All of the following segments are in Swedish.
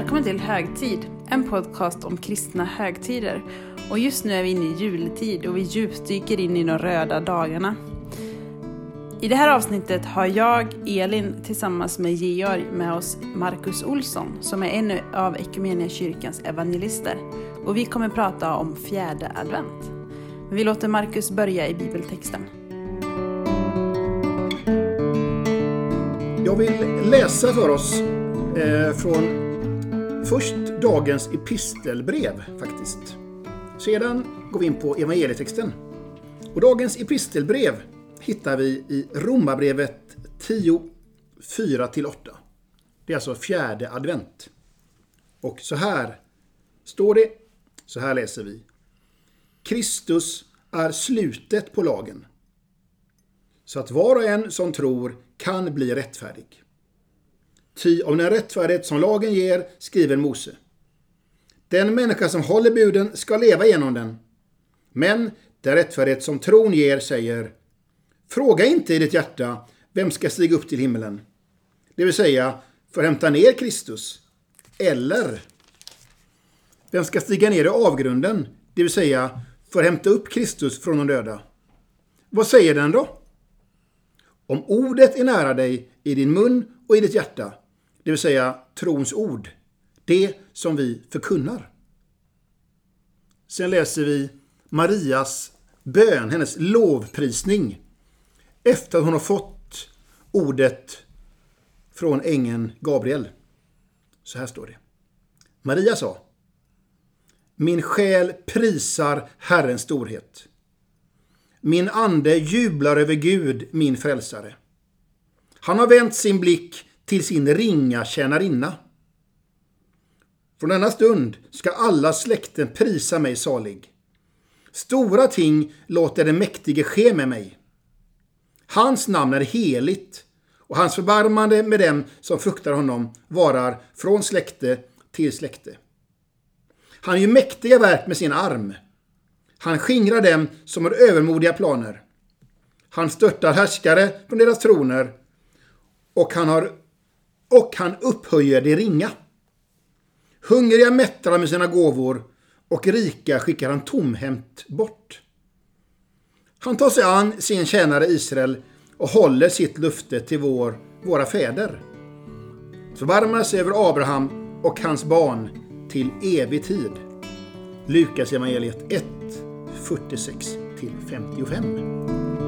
Välkommen till Högtid, en podcast om kristna högtider. Och just nu är vi inne i juletid och vi djupdyker in i de röda dagarna. I det här avsnittet har jag, Elin, tillsammans med Georg med oss Marcus Olsson, som är en av Equmeniakyrkans evangelister. Och vi kommer prata om fjärde advent. Men vi låter Marcus börja i bibeltexten. Jag vill läsa för oss från först dagens epistelbrev faktiskt. Sedan går vi in på evangelietexten. Och dagens epistelbrev hittar vi i Romarbrevet 10, 4-8. Det är alltså fjärde advent. Och så här står det, så här läser vi. Kristus är slutet på lagen, så att var och en som tror kan bli rättfärdig. Ty om den rättfärdighet som lagen ger, skriver Mose. Den människa som håller buden ska leva genom den. Men den rättfärdighet som tron ger säger: fråga inte i ditt hjärta vem ska stiga upp till himmelen. Det vill säga, för att hämta ner Kristus. Eller vem ska stiga ner i avgrunden. Det vill säga, för att hämta upp Kristus från de döda. Vad säger den då? Om ordet är nära dig i din mun och i ditt hjärta, det vill säga trons ord, det som vi förkunnar. Sen läser vi Marias bön, hennes lovprisning, efter att hon har fått ordet från ängeln Gabriel. Så här står det. Maria sa: min själ prisar Herrens storhet. Min ande jublar över Gud, min frälsare. Han har vänt sin blick till sin ringa tjänarinna. Från denna stund ska alla släkten prisa mig salig. Stora ting låter den mäktige ske med mig. Hans namn är heligt, och hans förbarmande med dem som fruktar honom varar från släkte till släkte. Han gör mäktiga verk med sin arm. Han skingrar dem som har övermodiga planer. Han störtar härskare från deras troner, och han upphöjer de ringa. Hungriga mättar han med sina gåvor, och rika skickar han tomhänt bort. Han tar sig an sin tjänare Israel och håller sitt löfte till våra fäder. Förbarmar sig över Abraham och hans barn till evig tid. Lukas evangeliet 1, 46-55.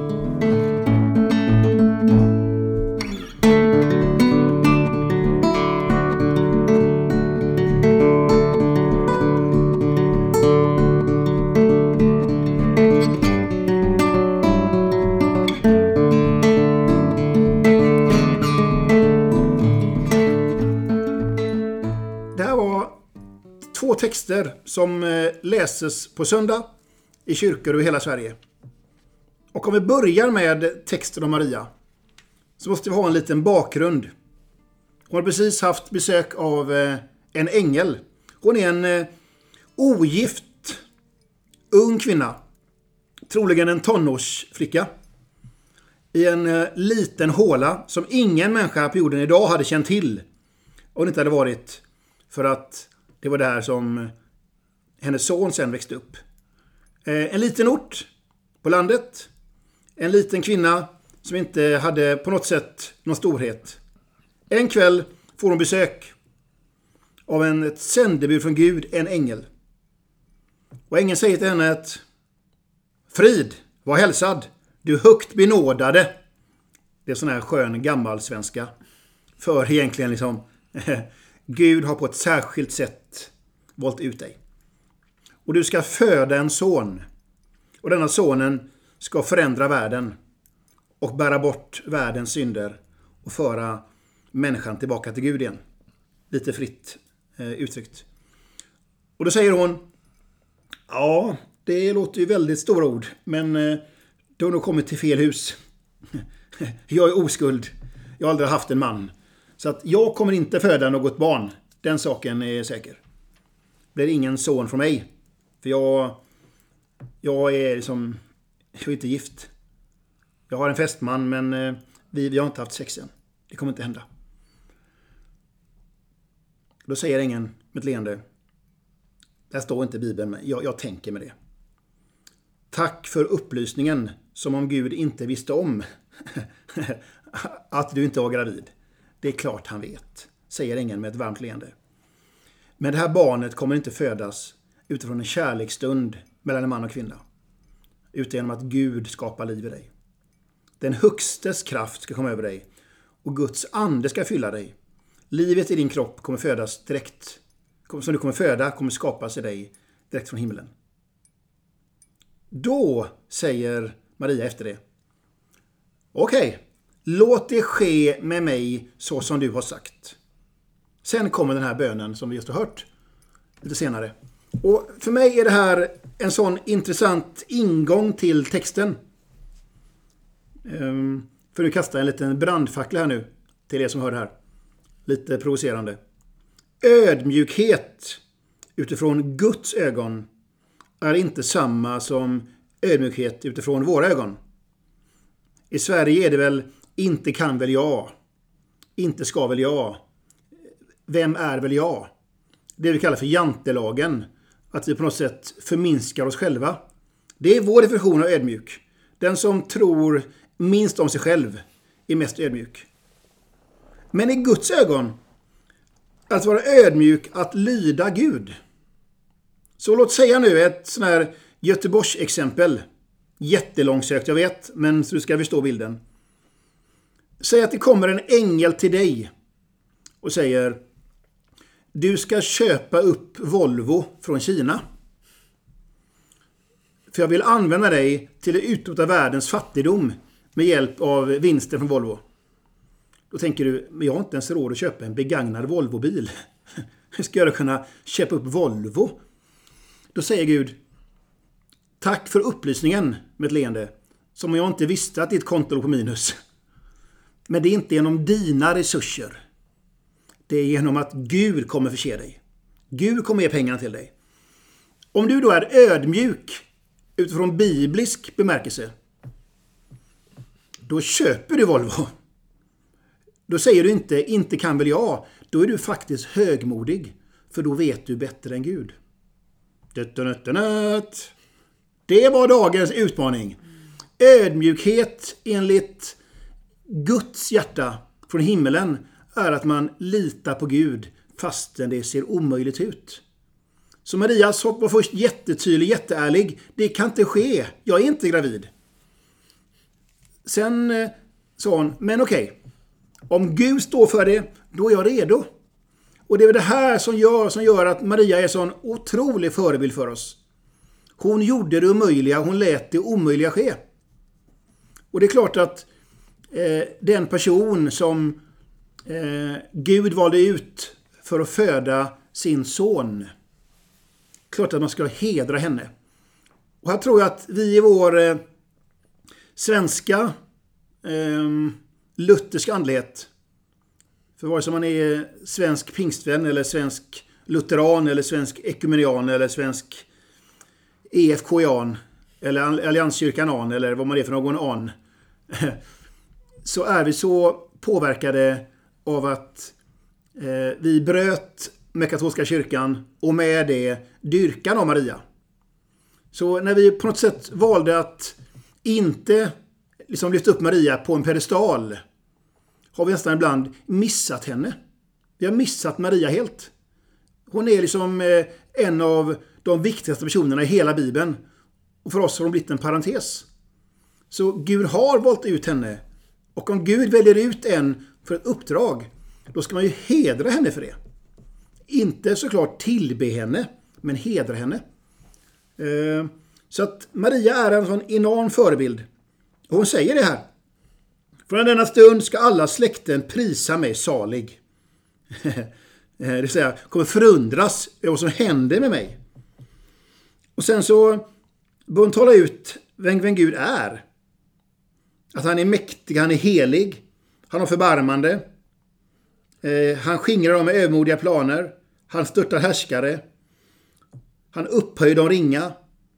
Det här var två texter som läses på söndag i kyrkor över hela Sverige. Och om vi börjar med texten om Maria, så måste vi ha en liten bakgrund. Hon har precis haft besök av en ängel. Hon är en ogift ung kvinna, troligen en tonårsflicka, i en liten håla som ingen människa på jorden idag hade känt till, om det inte hade varit för att det var där som hennes son sen växte upp. En liten ort på landet. En liten kvinna som inte hade på något sätt någon storhet. En kväll får hon besök av ett sändebud från Gud, en ängel. Och ängeln säger till henne att: frid, var hälsad, du högt benådade. Det är sån här skön gammal svenska. För egentligen liksom Gud har på ett särskilt sätt valt ut dig. Och du ska föda en son. Och denna sonen ska förändra världen och bära bort världens synder och föra människan tillbaka till Gud igen. Lite fritt uttryckt. Och då säger hon: ja, det låter ju väldigt stora ord, men du har nog kommit till fel hus. Jag är oskuld. Jag har aldrig haft en man. Så att jag kommer inte föda något barn. Den saken är säker. Det blir ingen son från mig. För jag är inte gift. Jag har en fästman, men vi har inte haft sex än. Det kommer inte hända. Då säger ängeln med ett leende: det står inte i Bibeln, men jag tänker med det. Tack för upplysningen, som om Gud inte visste om att du inte var gravid. Det är klart han vet, säger ängeln med ett varmt leende. Men det här barnet kommer inte födas utifrån en kärleksstund mellan en man och kvinna, utan genom att Gud skapar liv i dig. Den högstes kraft ska komma över dig och Guds ande ska fylla dig. Livet i din kropp kommer födas direkt, som du kommer föda kommer skapas i dig direkt från himlen. Då säger Maria efter det: Okej, låt det ske med mig så som du har sagt. Sen kommer den här bönen som vi just har hört lite senare. Och för mig är det här en sån intressant ingång till texten. För nu kastar jag en liten brandfackla här nu till er som hör det här. Lite provocerande. Ödmjukhet utifrån Guds ögon är inte samma som ödmjukhet utifrån våra ögon. I Sverige är det väl inte kan väl jag, inte ska väl jag, vem är väl jag? Det vi kallar för jantelagen, att vi på något sätt förminskar oss själva. Det är vår definition av ödmjuk. Den som tror minst om sig själv är mest ödmjuk. Men i Guds ögon, att vara ödmjuk, att lyda Gud. Så låt säga nu ett sån här Göteborgs exempel. Jättelångsökt, jag vet, men så du ska förstå bilden. Säg att det kommer en ängel till dig och säger: du ska köpa upp Volvo från Kina. För jag vill använda dig till att utrota världens fattigdom med hjälp av vinsten från Volvo. Då tänker du: men jag har inte ens råd att köpa en begagnad Volvo-bil. Hur ska jag kunna köpa upp Volvo? Då säger Gud: tack för upplysningen med ett leende, som jag inte visste att ditt konto låg på minus. Men det är inte genom dina resurser. Det är genom att Gud kommer förse dig. Gud kommer ge pengarna till dig. Om du då är ödmjuk utifrån biblisk bemärkelse, då köper du Volvo. Då säger du inte kan väl jag. Då är du faktiskt högmodig. För då vet du bättre än Gud. Det var dagens utmaning. Ödmjukhet enligt Guds hjärta från himmelen är att man litar på Gud fastän det ser omöjligt ut. Så Maria var först jättetydlig, jätteärlig. Det kan inte ske. Jag är inte gravid. Sen sa hon: men okej. Om Gud står för det, då är jag redo. Och det är det här som gör att Maria är en sån otrolig förebild för oss. Hon gjorde det omöjliga, hon lät det omöjliga ske. Och det är klart att den person som Gud valde ut för att föda sin son, klart att man ska hedra henne. Och här tror jag att vi i vår svenska lutherska andlighet, för vare sig man är svensk pingstvän eller svensk lutheran eller svensk ekumenian eller svensk EFK-an eller allianskyrkan-an eller vad man är för någon an, så är vi så påverkade av att vi bröt med katolska kyrkan och med det dyrkan av Maria. Så när vi på något sätt valde att inte liksom lyfta upp Maria på en pedestal, har vi nästan ibland missat henne. Vi har missat Maria helt. Hon är liksom en av de viktigaste personerna i hela Bibeln. Och för oss har hon blivit en parentes. Så Gud har valt ut henne. Och om Gud väljer ut en för ett uppdrag, då ska man ju hedra henne för det. Inte såklart tillbe henne, men hedra henne. Så att Maria är en sån enorm förebild. Och hon säger det här: från denna stund ska alla släkten prisa mig salig. Det vill säga, kommer förundras över vad som händer med mig. Och sen så bör hon tala ut vem Gud är. Att han är mäktig, han är helig, han har förbarmande. Han skingrar dem med övermodiga planer. Han störtar härskare. Han upphöjer de ringa.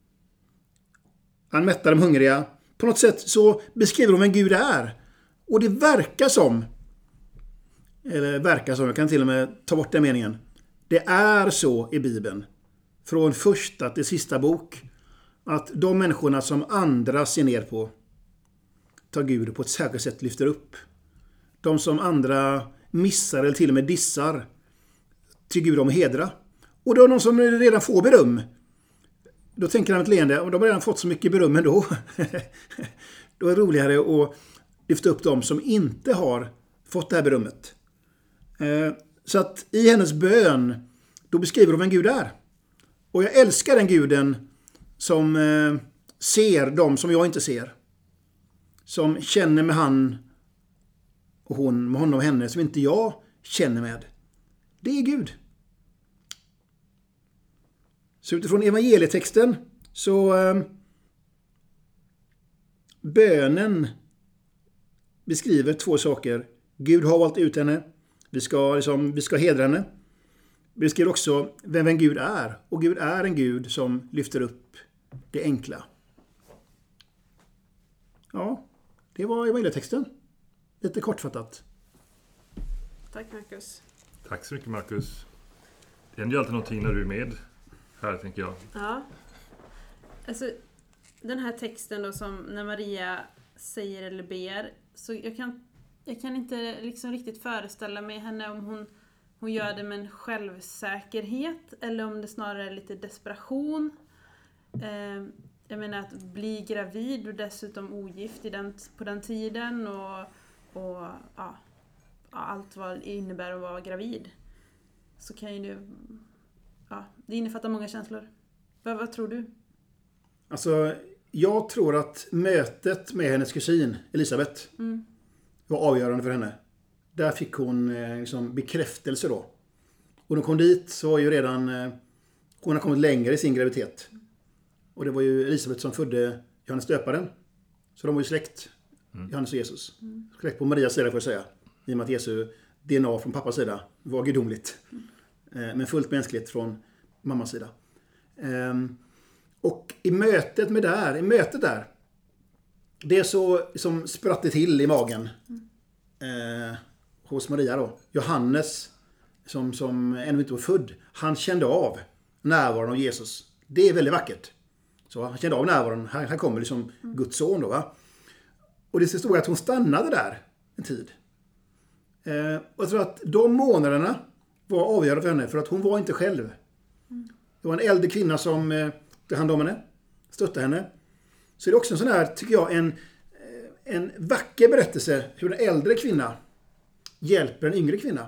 Han mättar de hungriga. På något sätt så beskriver de vem Gud är. Och det verkar som, jag kan till och med ta bort den meningen, Det är så i Bibeln, från första till sista bok, att de människorna som andra ser ner på tar Gud på ett särskilt sätt lyfter upp. De som andra missar eller till och med dissar till Gud om att hedra. Och då de som redan får beröm, då tänker han ett leende, och de har redan fått så mycket beröm ändå. Då är det roligare att lyfta upp dem som inte har fått det här berömmet. Så att i hennes bön, då beskriver hon vem Gud är. Och jag älskar den guden som ser dem som jag inte ser. Som känner med han och hon, med honom och henne, som inte jag känner med. Det är Gud. Så utifrån evangelietexten så bönen beskriver två saker. Gud har valt ut henne. Vi ska hedra henne. Vi beskriver också vem Gud är. Och Gud är en Gud som lyfter upp det enkla. Ja, det var evangelietexten. Lite kortfattat. Tack Marcus. Tack så mycket Marcus. Det händer ju alltid någonting när du är med här, tänker jag. Ja. Alltså, den här texten då som när Maria säger eller ber, så jag kan inte liksom riktigt föreställa mig henne om hon gör det med en självsäkerhet eller om det snarare är lite desperation. Jag menar att bli gravid och dessutom ogift på den tiden och allt vad det innebär att vara gravid. Så kan ju det innefattar många känslor. Vad tror du? Alltså, jag tror att mötet med hennes kusin Elisabeth var avgörande för henne. Där fick hon bekräftelse då. Och när hon kom dit så var ju redan hon har kommit längre i sin graviditet. Och det var ju Elisabeth som födde Johannes döparen. Så de var ju släkt, Johannes och Jesus. Släkt på Marias sida får jag säga. I och med att Jesu DNA från pappas sida var gudomligt. Men fullt mänskligt från mammas sida. Och i mötet där, det är så som spratt det till i magen hos Maria då. Johannes, som ännu inte var född, han kände av närvaron av Jesus. Det är väldigt vackert. Så han kände av närvaron, här kommer liksom Guds son då, va? Och det stod att hon stannade där en tid. Och jag tror att de månaderna var avgörande för henne, för att hon var inte själv. Det var en äldre kvinna som tog hand om henne, stöttade henne. Så det är också en sån här, tycker jag, en vacker berättelse hur en äldre kvinna hjälper en yngre kvinna.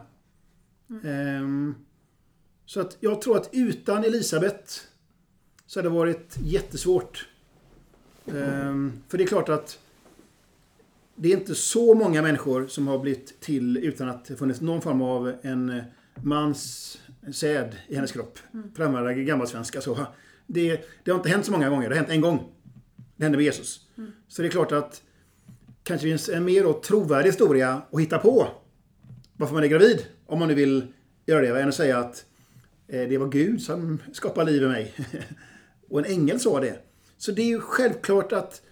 Så att jag tror att utan Elisabeth så hade det varit jättesvårt. För det är klart att det är inte så många människor som har blivit till utan att det funnits någon form av en mans säd i hennes kropp. För att använda gammalsvenska. Så det har inte hänt så många gånger. Det har hänt en gång. Det hände med Jesus. Så det är klart att kanske finns en mer trovärdig historia att hitta på varför man är gravid. Om man nu vill göra det. Än att säga att det var Gud som skapade liv i mig. Och en ängel sa det. Så det är ju självklart att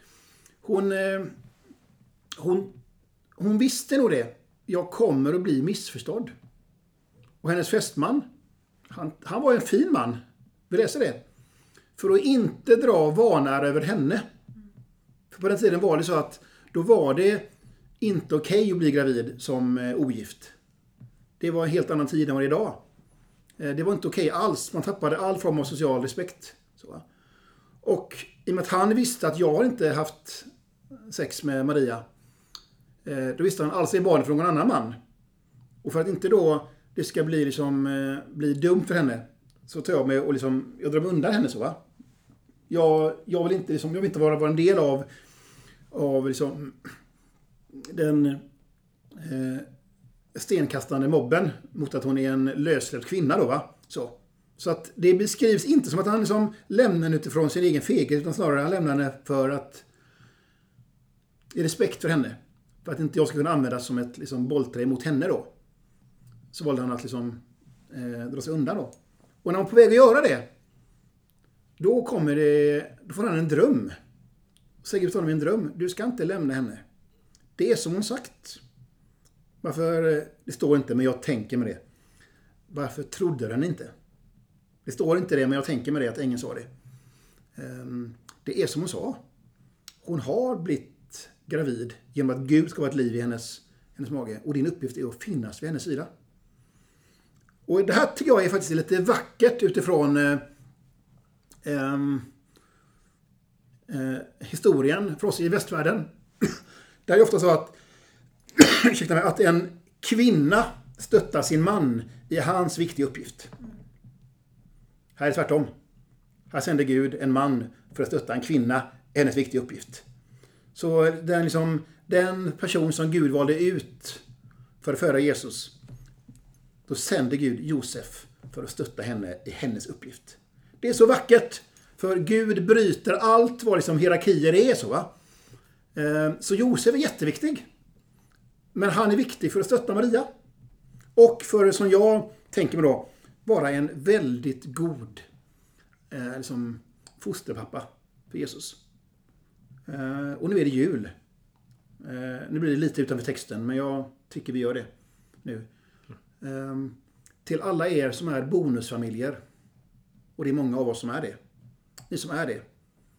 hon visste nog det. Jag kommer att bli missförstådd. Och hennes fästman, han var en fin man. Vi läser det. För att inte dra vanar över henne. För på den tiden var det så att då var det inte okej att bli gravid som ogift. Det var en helt annan tid än vad det är idag. Det var inte okej alls. Man tappade all form av social respekt. Så. Och i och med att han visste att jag inte haft sex med Maria, då visste han alls är barnet från någon annan man. Och för att inte då det ska bli dumt för henne, så tar jag mig och jag drar mig undan henne så, va. Jag vill inte vara en del av den stenkastande mobben mot att hon är en lössläppt kvinna då, va. Så att det beskrivs inte som att han lämnar henne utifrån sin egen feghet, utan snarare han lämnar henne för att i respekt för henne. För att inte jag ska kunna användas som ett bollträ mot henne då. Så valde han att dra sig undan då. Och när han är på väg att göra det, då får han en dröm. Säger Gud till honom en dröm. Du ska inte lämna henne. Det är som hon sagt. Varför? Det står inte, men jag tänker med det. varför trodde den inte? Det står inte det, men jag tänker med det att ängeln sa det. Det är som hon sa. Hon har blivit gravid genom att Gud ska vara ett liv i hennes mage. Och din uppgift är att finnas vid hennes sida. Och det här tycker jag är faktiskt lite vackert utifrån historien för oss i västvärlden. Där är ofta så att en kvinna stöttar sin man i hans viktiga uppgift. Här är det tvärtom. Här sänder Gud en man för att stötta en kvinna i hennes viktiga uppgift. Så den person som Gud valde ut för att föda Jesus, då sänder Gud Josef för att stötta henne i hennes uppgift. Det är så vackert, för Gud bryter allt vad hierarkier är så va. Så Josef är jätteviktig. Men han är viktig för att stötta Maria. Och för, som jag tänker mig då, vara en väldigt god fosterpappa för Jesus. Och nu är det jul. Nu blir det lite utanför texten, men jag tycker vi gör det nu. Till alla er som är bonusfamiljer, och det är många av oss som är det. Ni som är det.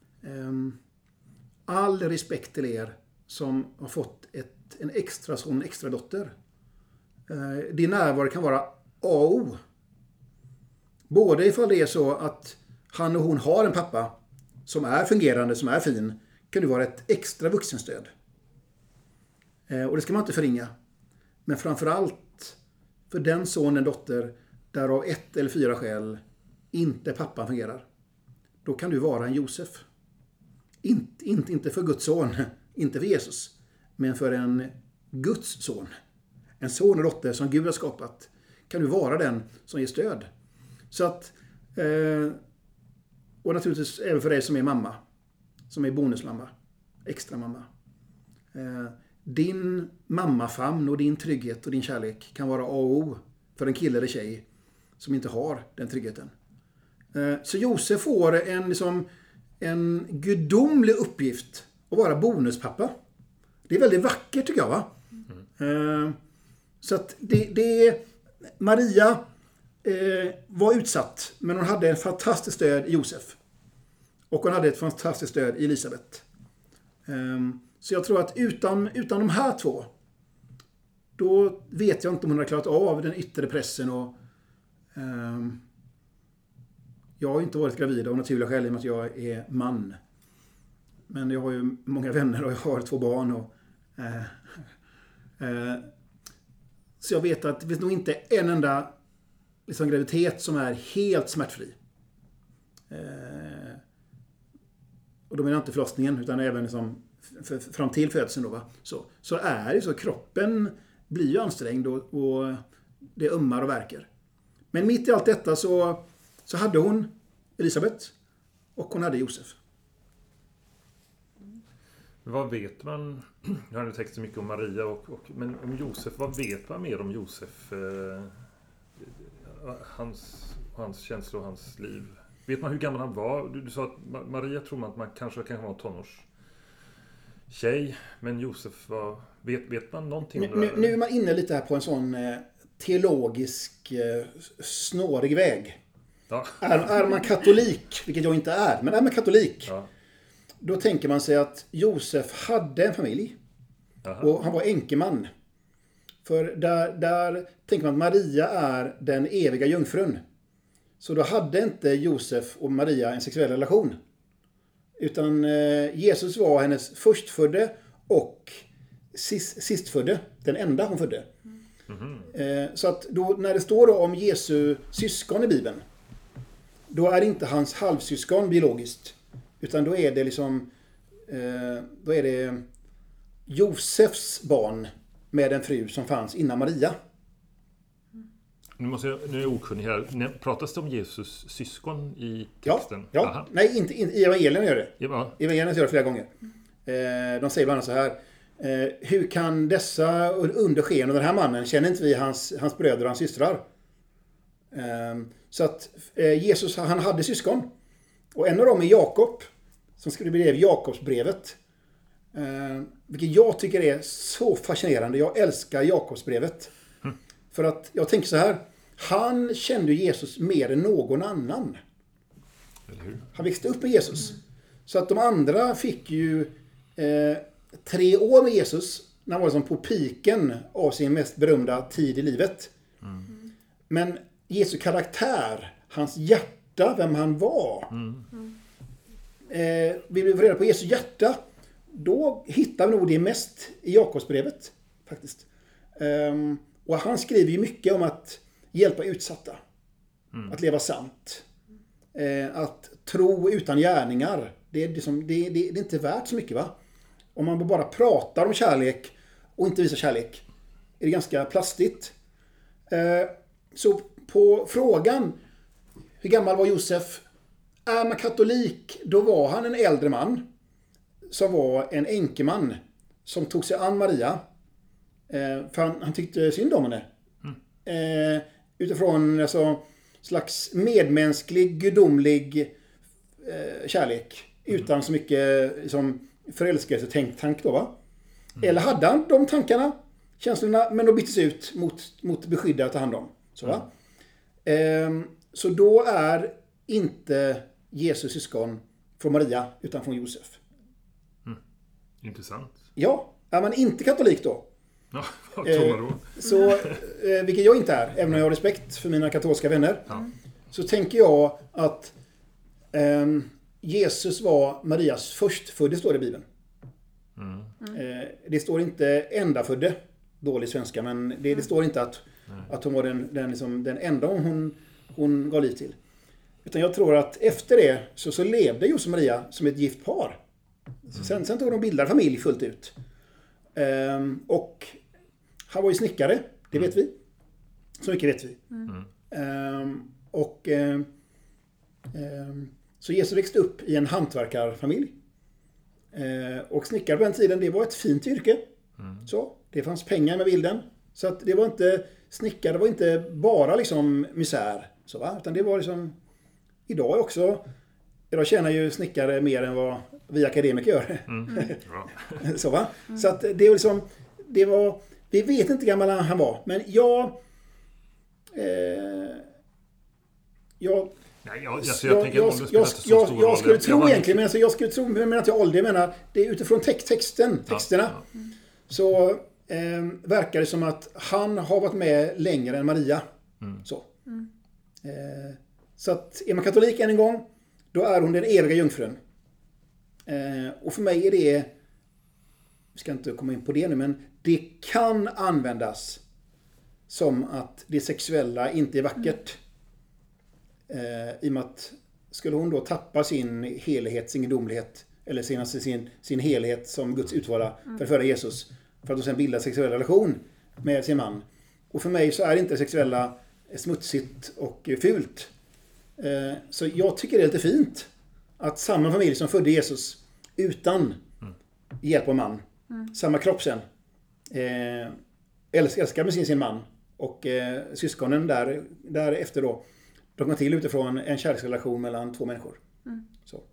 All respekt till er som har fått en extra son, en extra dotter. Din närvaro kan vara A och O. Både ifall det är så att han och hon har en pappa som är fungerande, som är fin, kan du vara ett extra vuxenstöd. Och det ska man inte förringa. Men framförallt för den son, den dotter, där av 1 eller 4 skäl inte pappan fungerar. Då kan du vara en Josef. Inte för Guds son, inte för Jesus, men för en Guds son. En son och dotter som Gud har skapat. Kan du vara den som ger stöd. Så att, och naturligtvis även för dig som är mamma. Som är bonusmamma. Extra mamma. Din mammafamn och din trygghet och din kärlek kan vara A och O för en kille eller tjej som inte har den tryggheten. Så Josef får en gudomlig uppgift att vara bonuspappa. Det är väldigt vackert tycker jag va? Så att Maria var utsatt, men hon hade ett fantastiskt stöd i Josef. Och hon hade ett fantastiskt stöd i Elisabet. Så jag tror att utan de här två, då vet jag inte om hon har klarat av den yttre pressen. Och jag har inte varit gravid av naturliga skäl i och med att jag är man. Men jag har ju många vänner och jag har 2 barn. Och, så jag vet att det finns nog inte en enda graviditet som är helt smärtfri. Och då menar jag inte förlossningen utan även fram till födseln då va. Så är det så, kroppen blir ju ansträngd och det ömmar och verkar. Men mitt i allt detta så hade hon Elisabet och hon hade Josef. Vad vet man? Jag har nu textat mycket om Maria men om Josef, vad vet man mer om Josef? Hans känslor och hans liv. Vet man hur gammal han var? Du sa att Maria tror man att man kanske kan vara tonårstjej. Men Josef vet man någonting om det? Nu är man inne lite här på en sån teologisk snårig väg. Ja. Är man katolik, vilket jag inte är, men är man katolik, då tänker man sig att Josef hade en familj. Aha. Och han var enkeman. För där tänker man att Maria är den eviga jungfrun. Så då hade inte Josef och Maria en sexuell relation. Utan Jesus var hennes förstfödde och sistfödde. Den enda hon födde. Mm-hmm. Så att då, när det står då om Jesu syskon i Bibeln, då är det inte hans halvsyskon biologiskt. Utan då är det då är det Josefs barn med en fru som fanns innan Maria. Nu är jag okunnig här. Pratas det om Jesus syskon i texten? Ja. Nej, inte i evangelien gör det. Ja. Evangelien gör det flera gånger. De säger bland annat så här. Hur kan dessa under sken av den här mannen, känner inte vi hans bröder och hans systrar? Så att Jesus, han hade syskon. Och en av dem är Jakob, som skrev Jakobsbrevet. Vilket jag tycker är så fascinerande. Jag älskar Jakobsbrevet. För att jag tänker så här. Han kände Jesus mer än någon annan. Eller hur? Han växte upp med Jesus. Så att de andra fick ju 3 år med Jesus när han var liksom på piken av sin mest berömda tid i livet. Men Jesu karaktär, hans hjärta, vem han var. Vi vill få reda på Jesu hjärta. Då hittar vi nog det mest i Jakobsbrevet faktiskt. Och han skriver ju mycket om att hjälpa utsatta. Att leva sant. Att tro utan gärningar. Det är inte värt så mycket, va? Om man bara pratar om kärlek och inte visar kärlek är det ganska plastigt. Så på frågan hur gammal var Josef? Är man katolik, då var han en äldre man som var en enkeman som tog sig an Maria. För han tyckte synd om henne. Utifrån alltså, slags medmänsklig, gudomlig kärlek. Utan så mycket liksom, förälskelse-tank då, va? Eller hade han de tankarna, känslorna, men de byttes ut mot beskydda att ta hand om. Så, va? Så då är inte Jesus syskon från Maria utan från Josef. Intressant. Ja, är man inte katolik då? Ja, vad tror man då? Så, vilket jag inte är, även om jag har respekt för mina katolska vänner. Så tänker jag att Jesus var Marias förstfödde, står det i Bibeln. Det står inte enda födde, dålig svenska, men det står inte att hon var den enda hon gav liv till. Utan jag tror att efter det så levde Josef och Maria som ett gift par. Sen tog de bildade familj fullt ut. Och han var ju snickare, det vet vi. Så mycket vet vi. Så Jesus växte upp i en hantverkarfamilj. Och snickare på den tiden, det var ett fint yrke. Så, det fanns pengar med bilden. Så att det var inte, snickare var inte bara liksom misär. Så, va? Utan det var liksom, idag tjänar ju snickare mer än vad vi akademiker gör. Så, va? Så att det var liksom, vi vet inte hur gammal han var. Men jag skulle tro egentligen, men jag skulle tro, men att jag ålder, jag menar, det är utifrån texterna. Så verkar det som att han har varit med längre än Maria. Så att är man katolik än en gång, då är hon den eviga jungfrun. Och för mig är det, vi ska inte komma in på det nu, men det kan användas som att det sexuella inte är vackert. I och med att skulle hon då tappa sin helhet, sin gudomlighet, eller sin helhet som Guds utvalda för att föra Jesus, för att då sen bilda sexuell relation med sin man. Och för mig så är inte det sexuella smutsigt och fult. Så jag tycker det är lite fint att samma familj som födde Jesus utan hjälp av man, samma kropp sen, älskar med sin man, och syskonen därefter då, de kom till utifrån en kärleksrelation mellan 2 människor. Så.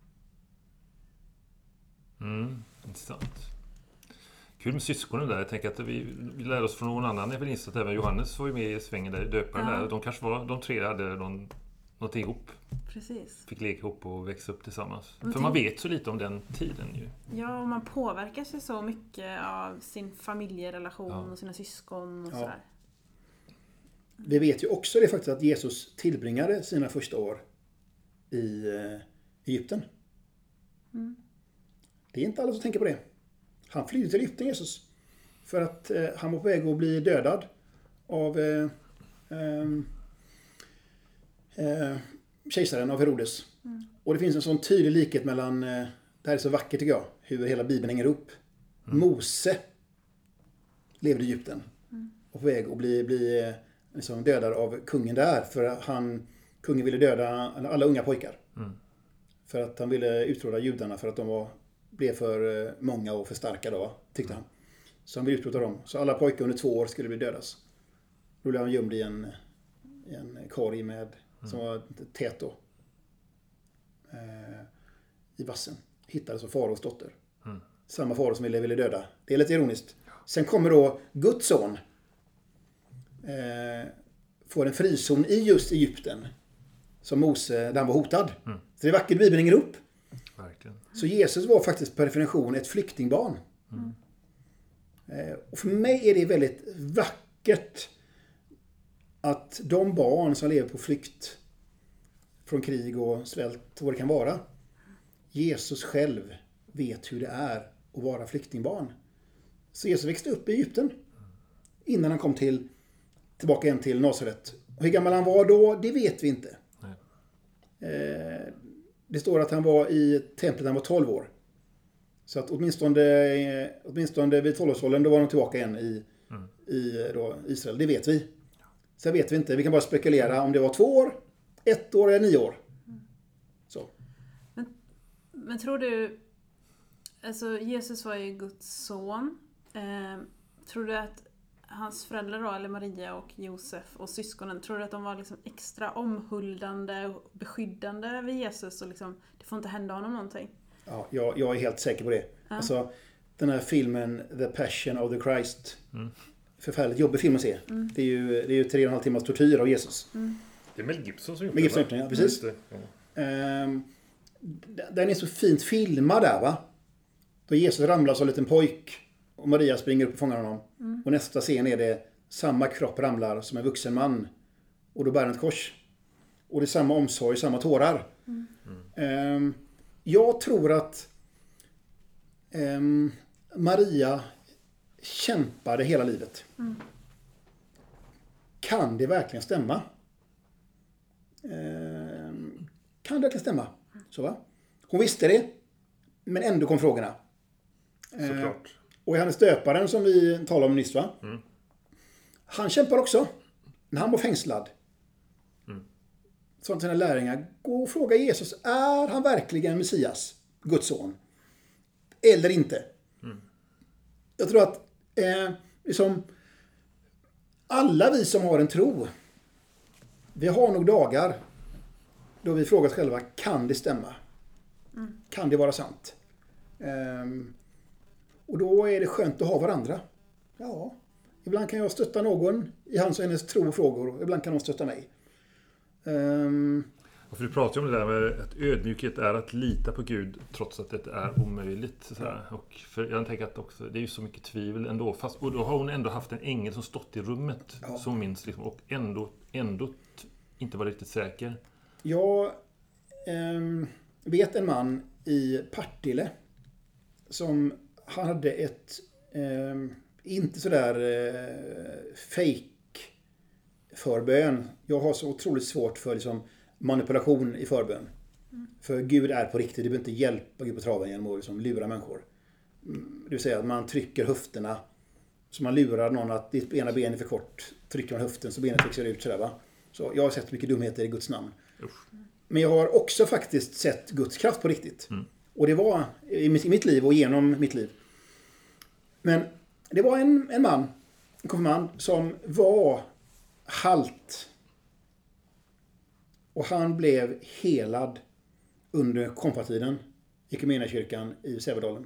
Intressant. Kul med syskonen där. Jag tänker att vi lär oss från någon annan evangelist att även Johannes var ju med i svängen där, döparen där. De kanske var, de 3 hade någonting ihop. Precis. Fick leka ihop och växa upp tillsammans. För man vet så lite om den tiden ju. Ja, och man påverkas ju så mycket av sin familjerelation och sina syskon och sådär. Vi vet ju också det faktiskt att Jesus tillbringade sina första år i Egypten. Det är inte alla som tänker på det. Han flydde till Egypten, Jesus. För att han var på väg att bli dödad av kejsaren, av Herodes. Och det finns en sån tydlig likhet mellan, det här är så vackert tycker jag, hur hela Bibeln hänger ihop. Mose levde i Egypten och på väg att bli liksom dödad av kungen där, för kungen ville döda alla unga pojkar. För att han ville utrota judarna för att de blev för många och för starka då, tyckte han. Så han ville utrota dem. Så alla pojkar under 2 år skulle bli dödas. Då blev han gömd i en korg som var tät då. I vassen. Hittades av faraos dotter. Samma farao som ville döda. Det är lite ironiskt. Sen kommer då Guds son. får en frizon i just Egypten. Som Mose, där han var hotad. Så det är vackert, Bibeln hänger upp. Verkligen. Så Jesus var faktiskt per definition ett flyktingbarn. Och för mig är det väldigt vackert att de barn som lever på flykt från krig och svält och vad det kan vara, Jesus själv vet hur det är att vara flyktingbarn. Så Jesus växte upp i Egypten innan han kom tillbaka igen till Nasaret. Och hur gammal han var då, det vet vi inte. Det står att han var i templet när han var 12 år. Så att åtminstone vid 12-årsåldern då var de tillbaka igen i då Israel. Det vet vi. Sen vet vi inte. Vi kan bara spekulera om det var 2 år, 1 år eller 9 år. Så. Men tror du, alltså Jesus var ju Guds son. Tror du att hans föräldrar då, eller Maria och Josef och syskonen, tror du att de var liksom extra omhuldande och beskyddande över Jesus och liksom, det får inte hända honom någonting? Ja, jag är helt säker på det. Ja. Alltså, den här filmen The Passion of the Christ. Förfärligt jobbig film att se. Det är ju 3,5 timmars tortyr av Jesus. Det är Mel Gibson som gjorde Mel Gibson, ja, precis. Den är så fint filmad där, va? Då Jesus ramlar som en liten pojk och Maria springer upp och fångar honom. Och nästa scen är det samma kropp ramlar som en vuxen man. Och då bär han ett kors. Och det är samma omsorg, samma tårar. Jag tror att Maria kämpade hela livet. Kan det verkligen stämma? Kan det verkligen stämma? Så, va? Hon visste det, men ändå kom frågorna. Såklart. Och Johannes döparen som vi talade om nyss, va? Han kämpar också. När han var fängslad. Så till sina lärjungar, gå och fråga Jesus, är han verkligen Messias, Guds son? Eller inte? Jag tror att liksom, alla vi som har en tro, vi har nog dagar då vi frågar oss själva, kan det stämma? Kan det vara sant? Och då är det skönt att ha varandra. Ja, ibland kan jag stötta någon i hans och hennes tro och frågor, och ibland kan de stötta mig. För du pratar ju om det där med att ödmjukhet är att lita på Gud trots att det är omöjligt. Så och för jag tänker att också, det är ju så mycket tvivel ändå. Och då har hon ändå haft en ängel som stått i rummet som minst liksom, och ändå inte var riktigt säker. Jag vet en man i Partille som hade ett inte sådär fake förbön. Jag har så otroligt svårt för liksom, manipulation i förbön. För Gud är på riktigt. Du behöver inte hjälpa Gud på traven genom att liksom, lura människor. Det vill säga att man trycker höfterna. Så man lurar någon att ditt ena ben är för kort. Trycker man höften så benet fixar ut sådär, va? Så jag har sett mycket dumheter i Guds namn. Men jag har också faktiskt sett Guds kraft på riktigt. Och det var i mitt liv och genom mitt liv. Men det var en man, en konfirmand, som var halt. Och han blev helad under konfirmatiden i Equmeniakyrkan i Sävedalen.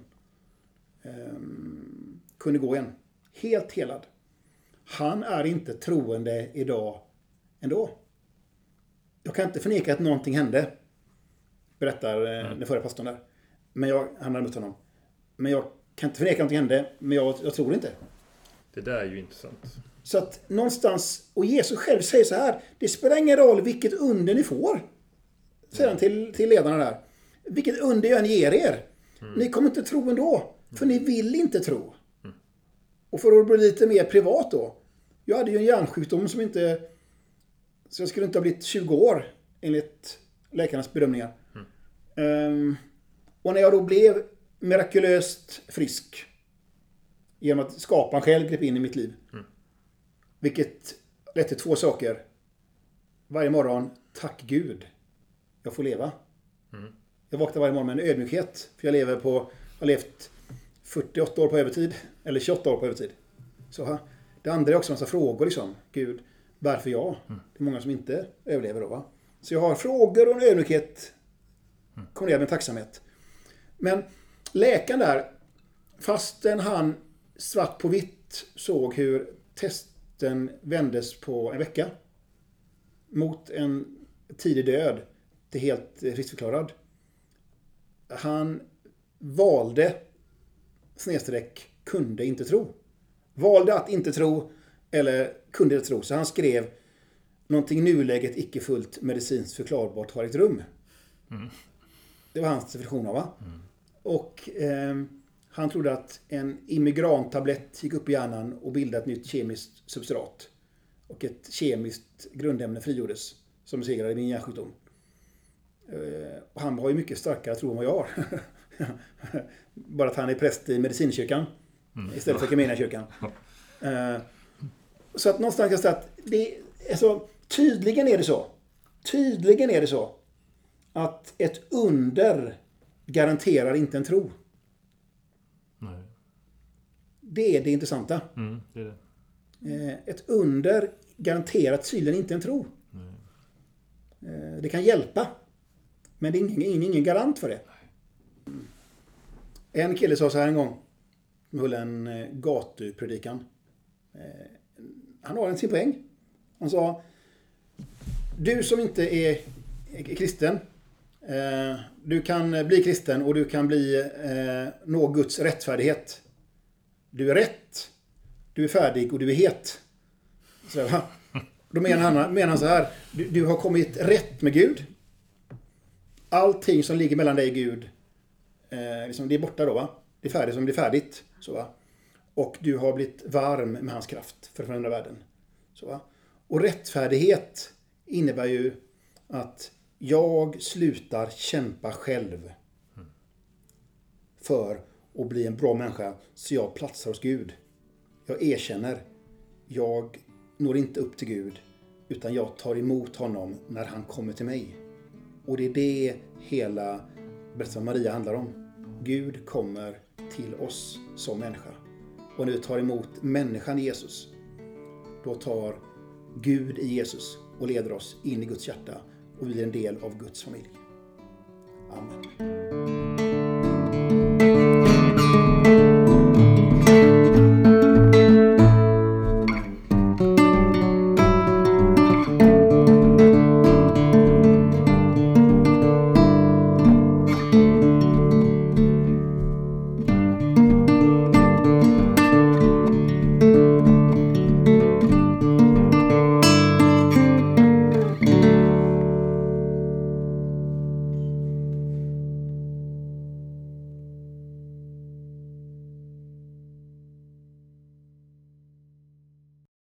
Kunde gå igen. Helt helad. Han är inte troende idag ändå. Jag kan inte förneka att någonting hände. Berättar den förra pastorn där. Men han hade mött honom. Men jag kan inte förneka att någonting hände. Men jag tror inte. Det där är ju intressant. Så att någonstans, och Jesus själv säger så här, det spelar ingen roll vilket under ni får. Säger han till ledarna där. Vilket under jag än ger er. Ni kommer inte tro ändå. För ni vill inte tro. Och för att bli lite mer privat då. Jag hade ju en hjärnsjukdom som inte... Så jag skulle inte ha blivit 20 år enligt läkarnas bedömningar. Och när jag då blev mirakulöst frisk genom att skaparen själv grep in i mitt liv. Vilket lett till 2 saker. Varje morgon, tack Gud, jag får leva. Jag vaknar varje morgon med en ödmjukhet. För jag har levt 48 år på övertid. Eller 28 år på övertid. Så det andra är också en massa frågor liksom. Gud, varför jag? Det är många som inte överlever då, va? Så jag har frågor och en ödmjukhet. Kombinerat med tacksamhet. Men läkaren där, fastän han svart på vitt såg hur testen vändes på en vecka. mot en tidig död till helt friskförklarad. Han valde kunde inte tro. Valde att inte tro eller kunde inte tro. Så han skrev någonting nuläget icke fullt medicinskt förklarbart har ägt rum. Det var hans definition av va? Och han trodde att en immigrantablett gick upp i hjärnan och bildade ett nytt kemiskt substrat. Och ett kemiskt grundämne frigjordes som besegrade min hjärnsjukdom. Och han har ju mycket starkare tro än vad jag har. Bara att han är präst i medicinkyrkan istället för Equmeniakyrkan. Så att någonstans kan jag säga att alltså, tydligen är det så att ett under garanterar inte en tro. Nej. Det är det intressanta. Det är det. Ett under garanterar tydligen inte en tro. Det kan hjälpa. Men det är ingen garant för det. En kille sa så här en gång. Han höll en gatupredikan. Han har sin poäng. Han sa: du som inte är kristen. Du kan bli kristen och du kan nå Guds rättfärdighet. Du är rätt. Du är färdig och du är het. Så, då menar han så här. Du har kommit rätt med Gud. Allting som ligger mellan dig och Gud, liksom, det är borta då va? Det är färdigt som det är färdigt. Så, va? Och du har blivit varm med hans kraft för att förändra världen. Så, va? Och rättfärdighet innebär ju att jag slutar kämpa själv för att bli en bra människa så jag platsar hos Gud. Jag erkänner. Jag når inte upp till Gud utan jag tar emot honom när han kommer till mig. Och det är det hela berättelsen om Maria handlar om. Gud kommer till oss som människa. Och när vi tar emot människan i Jesus, då tar Gud i Jesus och leder oss in i Guds hjärta och vi är en del av Guds familj. Amen.